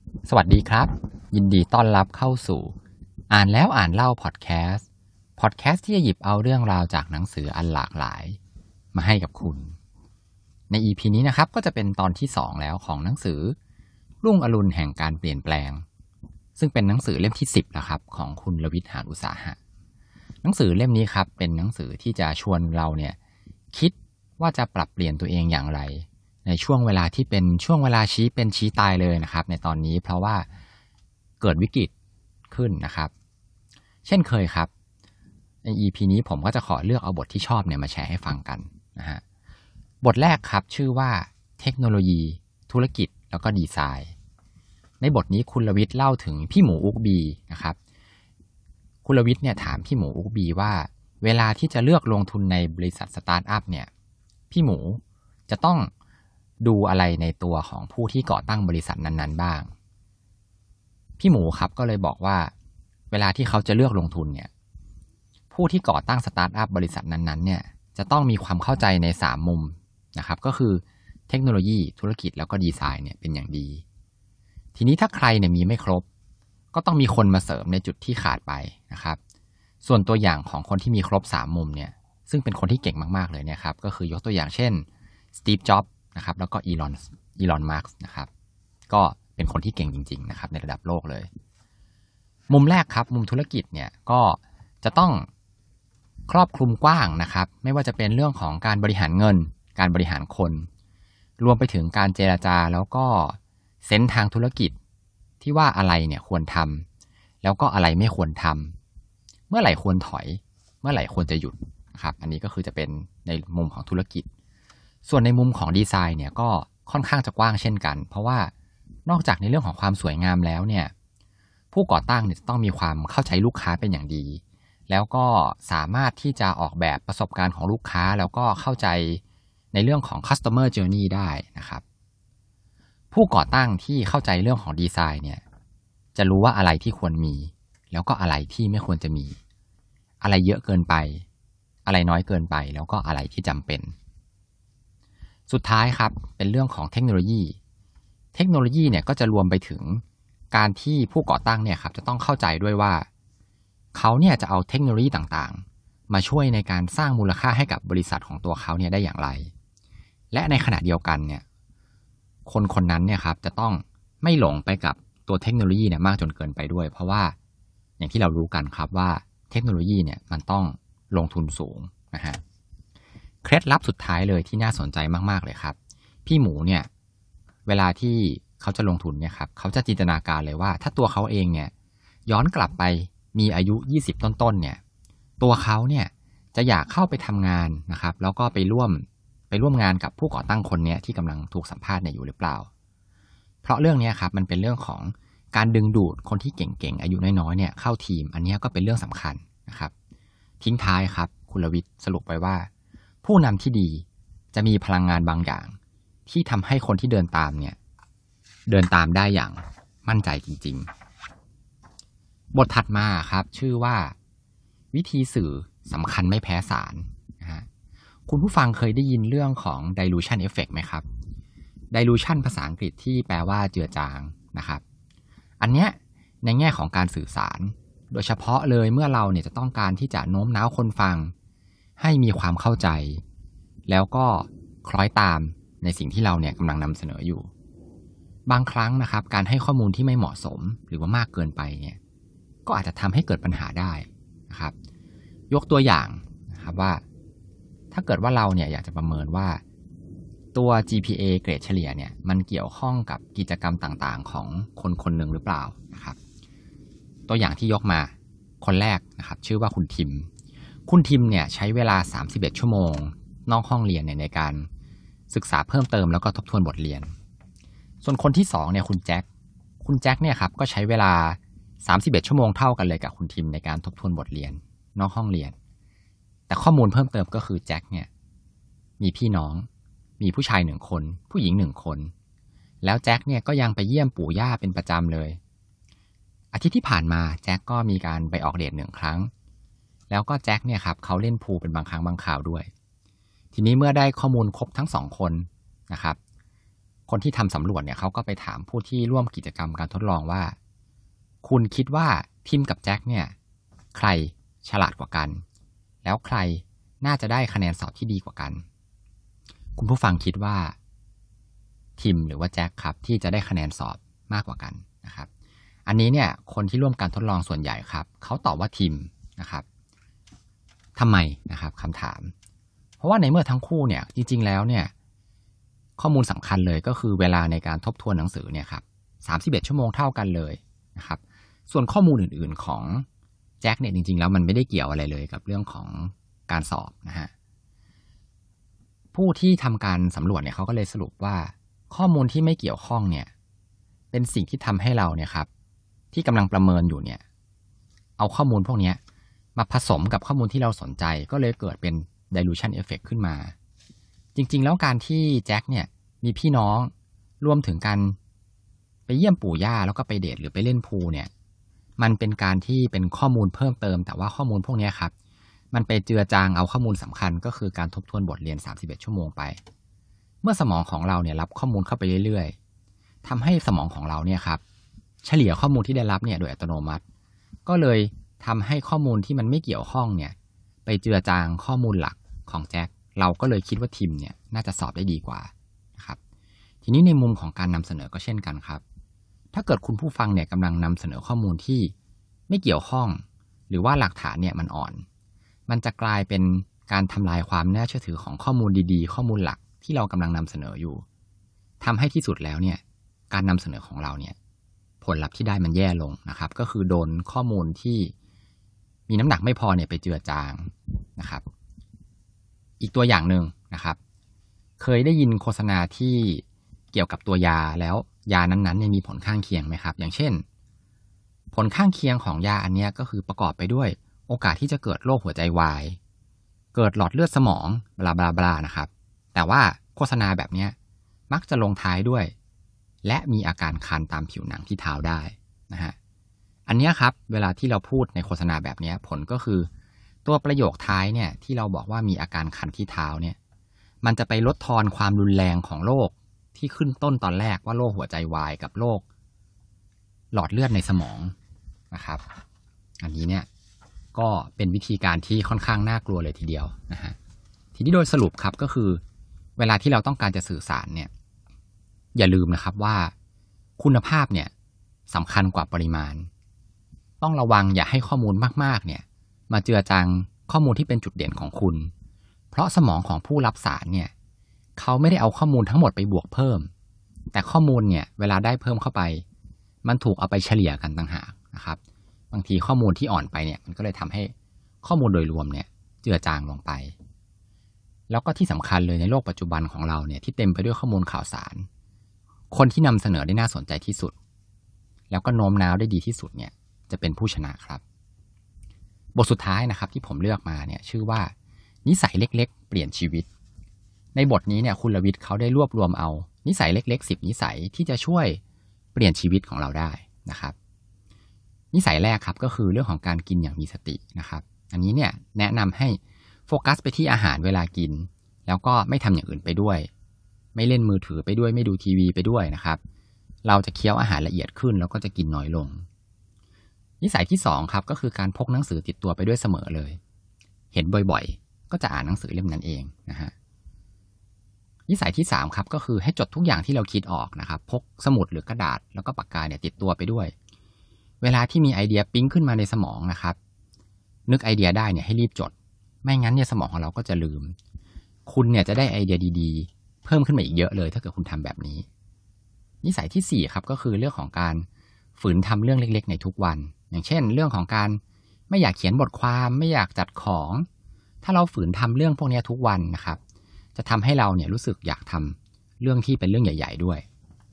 สวัสดีครับยินดีต้อนรับเข้าสู่อ่านแล้วอ่านเล่าพอดแคสต์ที่จะหยิบเอาเรื่องราวจากหนังสืออันหลากหลายมาให้กับคุณใน EP นี้นะครับก็จะเป็นตอนที่2แล้วของหนังสือรุ่งอรุณแห่งการเปลี่ยนแปลงซึ่งเป็นหนังสือเล่มที่10นะครับของคุณรวิทย์ หาญอุตสาหะหนังสือเล่มนี้ครับเป็นหนังสือที่จะชวนเราเนี่ยคิดว่าจะปรับเปลี่ยนตัวเองอย่างไรในช่วงเวลาที่เป็นช่วงเวลาชี้เป็นชี้ตายเลยนะครับในตอนนี้เพราะว่าเกิดวิกฤตขึ้นนะครับเช่นเคยครับใน EP นี้ผมก็จะขอเลือกเอาบทที่ชอบเนี่ยมาแชร์ให้ฟังกันนะฮะบทแรกครับชื่อว่าเทคโนโลยีธุรกิจแล้วก็ดีไซน์ในบทนี้คุณรวิทย์เล่าถึงพี่หมูอุกบีนะครับคุณรวิทย์เนี่ยถามพี่หมูอุกบีว่าเวลาที่จะเลือกลงทุนในบริษัทสตาร์ทอัพเนี่ยพี่หมูจะต้องดูอะไรในตัวของผู้ที่ก่อตั้งบริษัทนั้นๆบ้างพี่หมูครับก็เลยบอกว่าเวลาที่เขาจะเลือกลงทุนเนี่ยผู้ที่ก่อตั้งสตาร์ทอัพบริษัทนั้นๆเนี่ยจะต้องมีความเข้าใจใน3มุมนะครับก็คือเทคโนโลยีธุรกิจแล้วก็ดีไซน์เนี่ยเป็นอย่างดีทีนี้ถ้าใครเนี่ยมีไม่ครบก็ต้องมีคนมาเสริมในจุดที่ขาดไปนะครับส่วนตัวอย่างของคนที่มีครบ3มุมเนี่ยซึ่งเป็นคนที่เก่งมากๆเลยเนี่ยครับก็คือยกตัวอย่างเช่นสตีฟ จ็อบส์นะครับแล้วก็อีลอน มาร์กส์นะครับก็เป็นคนที่เก่งจริงๆนะครับในระดับโลกเลยมุมแรกครับมุมธุรกิจเนี่ยก็จะต้องครอบคลุมกว้างนะครับไม่ว่าจะเป็นเรื่องของการบริหารเงินการบริหารคนรวมไปถึงการเจรจาแล้วก็เซนส์ทางธุรกิจที่ว่าอะไรเนี่ยควรทำแล้วก็อะไรไม่ควรทำเมื่อไหร่ควรถอยเมื่อไหร่ควรจะหยุดนะครับอันนี้ก็คือจะเป็นในมุมของธุรกิจส่วนในมุมของดีไซน์เนี่ยก็ค่อนข้างจะกว้างเช่นกันเพราะว่านอกจากในเรื่องของความสวยงามแล้วเนี่ยผู้ก่อตั้งเนี่ยต้องมีความเข้าใจลูกค้าเป็นอย่างดีแล้วก็สามารถที่จะออกแบบประสบการณ์ของลูกค้าแล้วก็เข้าใจในเรื่องของ customer journey ได้นะครับผู้ก่อตั้งที่เข้าใจเรื่องของดีไซน์เนี่ยจะรู้ว่าอะไรที่ควรมีแล้วก็อะไรที่ไม่ควรจะมีอะไรเยอะเกินไปอะไรน้อยเกินไปแล้วก็อะไรที่จำเป็นสุดท้ายครับเป็นเรื่องของเทคโนโลยีเนี่ยก็จะรวมไปถึงการที่ผู้ก่อตั้งเนี่ยครับจะต้องเข้าใจด้วยว่าเขาเนี่ยจะเอาเทคโนโลยีต่างๆมาช่วยในการสร้างมูลค่าให้กับบริษัทของตัวเขาเนี่ยได้อย่างไรและในขณะเดียวกันเนี่ยคนนั้นเนี่ยครับจะต้องไม่หลงไปกับตัวเทคโนโลยีเนี่ยมากจนเกินไปด้วยเพราะว่าอย่างที่เรารู้กันครับว่าเทคโนโลยีเนี่ยมันต้องลงทุนสูงนะฮะเคล็ดลับสุดท้ายเลยที่น่าสนใจมากๆเลยครับพี่หมูเนี่ยเวลาที่เขาจะลงทุนเนี่ยครับเขาจะจินตนาการเลยว่าถ้าตัวเขาเองเนี่ยย้อนกลับไปมีอายุ20ต้นๆเนี่ยตัวเขาเนี่ยจะอยากเข้าไปทำงานนะครับแล้วก็ไปร่วมงานกับผู้ก่อตั้งคนนี้ที่กำลังถูกสัมภาษณ์เนี่ยอยู่หรือเปล่าเพราะเรื่องนี้ครับมันเป็นเรื่องของการดึงดูดคนที่เก่งๆอายุน้อยๆเนี่ยเข้าทีมอันนี้ก็เป็นเรื่องสำคัญนะครับทิ้งท้ายครับคุณรวิทย์สรุปไว้ว่าผู้นำที่ดีจะมีพลังงานบางอย่างที่ทำให้คนที่เดินตามเนี่ยเดินตามได้อย่างมั่นใจจริงๆบทถัดมาครับชื่อว่าวิธีสื่อสำคัญไม่แพ้สารนะฮะคุณผู้ฟังเคยได้ยินเรื่องของ dilution effect ไหมครับ dilution ภาษาอังกฤษที่แปลว่าเจือจางนะครับอันเนี้ยในแง่ของการสื่อสารโดยเฉพาะเลยเมื่อเราเนี่ยจะต้องการที่จะโน้มน้าวคนฟังให้มีความเข้าใจแล้วก็คล้อยตามในสิ่งที่เราเนี่ยกำลังนำเสนออยู่บางครั้งนะครับการให้ข้อมูลที่ไม่เหมาะสมหรือว่ามากเกินไปเนี่ยก็อาจจะทำให้เกิดปัญหาได้นะครับยกตัวอย่างนะครับว่าถ้าเกิดว่าเราเนี่ยอยากจะประเมินว่าตัว GPA เกรดเฉลี่ยเนี่ยมันเกี่ยวข้องกับกิจกรรมต่างๆของคนคนหนึ่งหรือเปล่านะครับตัวอย่างที่ยกมาคนแรกนะครับชื่อว่าคุณทิมเนี่ยใช้เวลา31ชั่วโมงนอกห้องเรียนเนี่ยในการศึกษาเพิ่มเติมแล้วก็ทบทวนบทเรียนส่วนคนที่2เนี่ยคุณแจ็คเนี่ยครับก็ใช้เวลา31ชั่วโมงเท่ากันเลยกับคุณทิมในการทบทวนบทเรียนนอกห้องเรียนแต่ข้อมูลเพิ่มเติมก็คือแจ็คเนี่ยมีพี่น้องมีผู้ชาย1คนผู้หญิง1คนแล้วแจ็คเนี่ยก็ยังไปเยี่ยมปู่ย่าเป็นประจำเลยอาทิตย์ที่ผ่านมาแจ็คก็มีการไปออกเดท1ครั้งแล้วก็แจ็คเนี่ยครับเขาเล่นพูลเป็นบางครั้งบางคราวด้วยทีนี้เมื่อได้ข้อมูลครบทั้ง2คนนะครับคนที่ทำสำรวจเนี่ยเขาก็ไปถามผู้ที่ร่วมกิจกรรมการทดลองว่าคุณคิดว่าทิมกับแจ็คเนี่ยใครฉลาดกว่ากันแล้วใครน่าจะได้คะแนนสอบที่ดีกว่ากันคุณผู้ฟังคิดว่าทิมหรือว่าแจ็คครับที่จะได้คะแนนสอบมากกว่ากันนะครับอันนี้เนี่ยคนที่ร่วมการทดลองส่วนใหญ่ครับเขาตอบว่าทิมนะครับทำไมนะครับคำถามเพราะว่าในเมื่อทั้งคู่เนี่ยจริงๆแล้วเนี่ยข้อมูลสำคัญเลยก็คือเวลาในการทบทวนหนังสือเนี่ยครับ31 ชั่วโมงเท่ากันเลยนะครับส่วนข้อมูลอื่นๆของแจ็คเนี่ยจริงๆแล้วมันไม่ได้เกี่ยวอะไรเลยกับเรื่องของการสอบนะฮะผู้ที่ทำการสำรวจเนี่ยเขาก็เลยสรุปว่าข้อมูลที่ไม่เกี่ยวข้องเนี่ยเป็นสิ่งที่ทำให้เราเนี่ยครับที่กำลังประเมินอยู่เนี่ยเอาข้อมูลพวกนี้มาผสมกับข้อมูลที่เราสนใจก็เลยเกิดเป็น dilution effect ขึ้นมาจริงๆแล้วการที่แจ็คเนี่ยมีพี่น้องรวมถึงการไปเยี่ยมปู่ย่าแล้วก็ไปเดทหรือไปเล่นพูลเนี่ยมันเป็นการที่เป็นข้อมูลเพิ่มเติมแต่ว่าข้อมูลพวกนี้ครับมันไปเจือจางเอาข้อมูลสำคัญก็คือการทบทวนบทเรียน31 ชั่วโมงไปเมื่อสมองของเราเนี่ยรับข้อมูลเข้าไปเรื่อยๆทำให้สมองของเราเนี่ยครับเฉลี่ยข้อมูลที่ได้รับเนี่ยโดยอัตโนมัติก็เลยทำให้ข้อมูลที่มันไม่เกี่ยวข้องเนี่ยไปเจือจางข้อมูลหลักของแจ็คเราก็เลยคิดว่าทิมเนี่ยน่าจะสอบได้ดีกว่านะครับทีนี้ในมุมของการนำเสนอก็เช่นกันครับถ้าเกิดคุณผู้ฟังเนี่ยกำลังนำเสนอข้อมูลที่ไม่เกี่ยวข้องหรือว่าหลักฐานเนี่ยมันอ่อนมันจะกลายเป็นการทำลายความน่าเชื่อถือของข้อมูลดีๆข้อมูลหลักที่เรากำลังนำเสนออยู่ทำให้ที่สุดแล้วเนี่ยการนำเสนอของเราเนี่ยผลลัพธ์ที่ได้มันแย่ลงนะครับก็คือโดนข้อมูลที่มีน้ำหนักไม่พอเนี่ยไปเจือจางนะครับอีกตัวอย่างหนึ่งนะครับเคยได้ยินโฆษณาที่เกี่ยวกับตัวยาแล้วยานั้นๆเนี่ยมีผลข้างเคียงไหมครับอย่างเช่นผลข้างเคียงของยาอันนี้ก็คือประกอบไปด้วยโอกาสที่จะเกิดโรคหัวใจวายเกิดหลอดเลือดสมองบลาบลาบลานะครับแต่ว่าโฆษณาแบบนี้มักจะลงท้ายด้วยและมีอาการคันตามผิวหนังที่เท้าได้นะฮะอันนี้ครับเวลาที่เราพูดในโฆษณาแบบนี้ผลก็คือตัวประโยคท้ายเนี่ยที่เราบอกว่ามีอาการคันที่เท้าเนี่ยมันจะไปลดทอนความรุนแรงของโรคที่ขึ้นต้นตอนแรกว่าโรคหัวใจวายกับโรคหลอดเลือดในสมองนะครับอันนี้เนี่ยก็เป็นวิธีการที่ค่อนข้างน่ากลัวเลยทีเดียวนะฮะทีนี้โดยสรุปครับก็คือเวลาที่เราต้องการจะสื่อสารเนี่ยอย่าลืมนะครับว่าคุณภาพเนี่ยสำคัญกว่าปริมาณต้องระวังอย่าให้ข้อมูลมากๆเนี่ยมาเจือจางข้อมูลที่เป็นจุดเด่นของคุณเพราะสมองของผู้รับสารเนี่ยเขาไม่ได้เอาข้อมูลทั้งหมดไปบวกเพิ่มแต่ข้อมูลเนี่ยเวลาได้เพิ่มเข้าไปมันถูกเอาไปเฉลี่ยกันต่างหากนะครับบางทีข้อมูลที่อ่อนไปเนี่ยมันก็เลยทำให้ข้อมูลโดยรวมเนี่ยเจือจางลงไปแล้วก็ที่สำคัญเลยในโลกปัจจุบันของเราเนี่ยที่เต็มไปด้วยข้อมูลข่าวสารคนที่นำเสนอได้น่าสนใจที่สุดแล้วก็โน้มน้าวได้ดีที่สุดเนี่ยจะเป็นผู้ชนะครับบทสุดท้ายนะครับที่ผมเลือกมาเนี่ยชื่อว่านิสัยเล็กๆเปลี่ยนชีวิตในบทนี้เนี่ยคุณลวิทย์เขาได้รวบรวมเอานิสัยเล็กๆ10 นิสัยที่จะช่วยเปลี่ยนชีวิตของเราได้นะครับนิสัยแรกครับก็คือเรื่องของการกินอย่างมีสตินะครับอันนี้เนี่ยแนะนำให้โฟกัสไปที่อาหารเวลากินแล้วก็ไม่ทำอย่างอื่นไปด้วยไม่เล่นมือถือไปด้วยไม่ดูทีวีไปด้วยนะครับเราจะเคี้ยวอาหารละเอียดขึ้นแล้วก็จะกินน้อยลงนิสัยที่2ครับก็คือการพกหนังสือติดตัวไปด้วยเสมอเลยเห็นบ่อยๆก็จะอ่านหนังสือเล่มนั้นเองนะฮะนิสัยที่3ครับก็คือให้จดทุกอย่างที่เราคิดออกนะครับพกสมุดหรือกระดาษแล้วก็ปากกาเนี่ยติดตัวไปด้วยเวลาที่มีไอเดียปิ๊งขึ้นมาในสมองนะครับนึกไอเดียได้เนี่ยให้รีบจดไม่งั้นเนี่ยสมองของเราก็จะลืมคุณเนี่ยจะได้ไอเดียดีๆเพิ่มขึ้นมาอีกเยอะเลยถ้าเกิดคุณทำแบบนี้นิสัยที่4ครับก็คือเรื่องของการฝืนทำเรื่องเล็กๆในทุกวันอย่างเช่นเรื่องของการไม่อยากเขียนบทความไม่อยากจัดของถ้าเราฝืนทำเรื่องพวกนี้ทุกวันนะครับจะทำให้เราเนี่ยรู้สึกอยากทำเรื่องที่เป็นเรื่องใหญ่ๆด้วย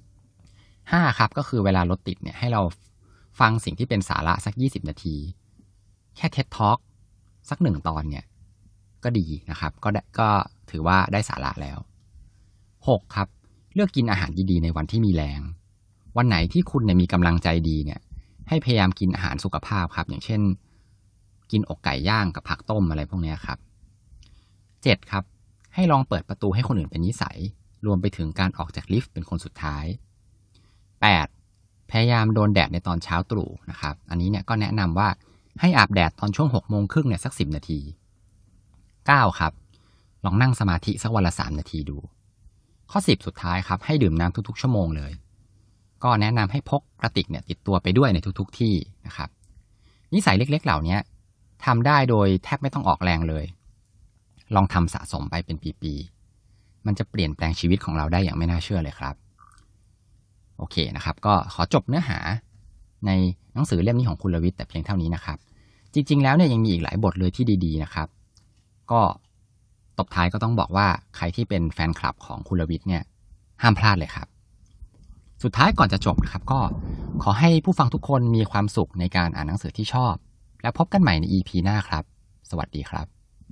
5ครับก็คือเวลารถติดเนี่ยให้เราฟังสิ่งที่เป็นสาระสัก20 นาทีแค่ TED Talk สัก1 ตอนเนี่ยก็ดีนะครับก็ถือว่าได้สาระแล้ว6ครับเลือกกินอาหารดีๆในวันที่มีแรงวันไหนที่คุณเนี่ยมีกำลังใจดีเนี่ยให้พยายามกินอาหารสุขภาพครับอย่างเช่นกินอกไก่ย่างกับผักต้มอะไรพวกนี้ครับ7ครับให้ลองเปิดประตูให้คนอื่นเป็นนิสัยรวมไปถึงการออกจากลิฟต์เป็นคนสุดท้าย 8. พยายามโดนแดดในตอนเช้าตรู่นะครับอันนี้เนี่ยก็แนะนำว่าให้อาบแดดตอนช่วง 6:30 นเนี่ยสัก10 นาที 9. ครับลองนั่งสมาธิสักวันละ3 นาทีดูข้อ10สุดท้ายครับให้ดื่มน้ำทุกๆชั่วโมงเลยก็แนะนำให้พกกระติกเนี่ยติดตัวไปด้วยในทุกๆที่นะครับนิสัยเล็กๆเหล่านี้ทำได้โดยแทบไม่ต้องออกแรงเลยลองทำสะสมไปเป็นปีๆมันจะเปลี่ยนแปลงชีวิตของเราได้อย่างไม่น่าเชื่อเลยครับโอเคนะครับก็ขอจบเนื้อหาในหนังสือเล่มนี้ของคุณรวิทย์แต่เพียงเท่านี้นะครับจริงๆแล้วเนี่ยยังมีอีกหลายบทเลยที่ดีๆนะครับก็ตบท้ายก็ต้องบอกว่าใครที่เป็นแฟนคลับของคุณรวิทย์เนี่ยห้ามพลาดเลยครับสุดท้ายก่อนจะจบนะครับก็ขอให้ผู้ฟังทุกคนมีความสุขในการอ่านหนังสือที่ชอบแล้วพบกันใหม่ใน EP หน้าครับสวัสดีครับ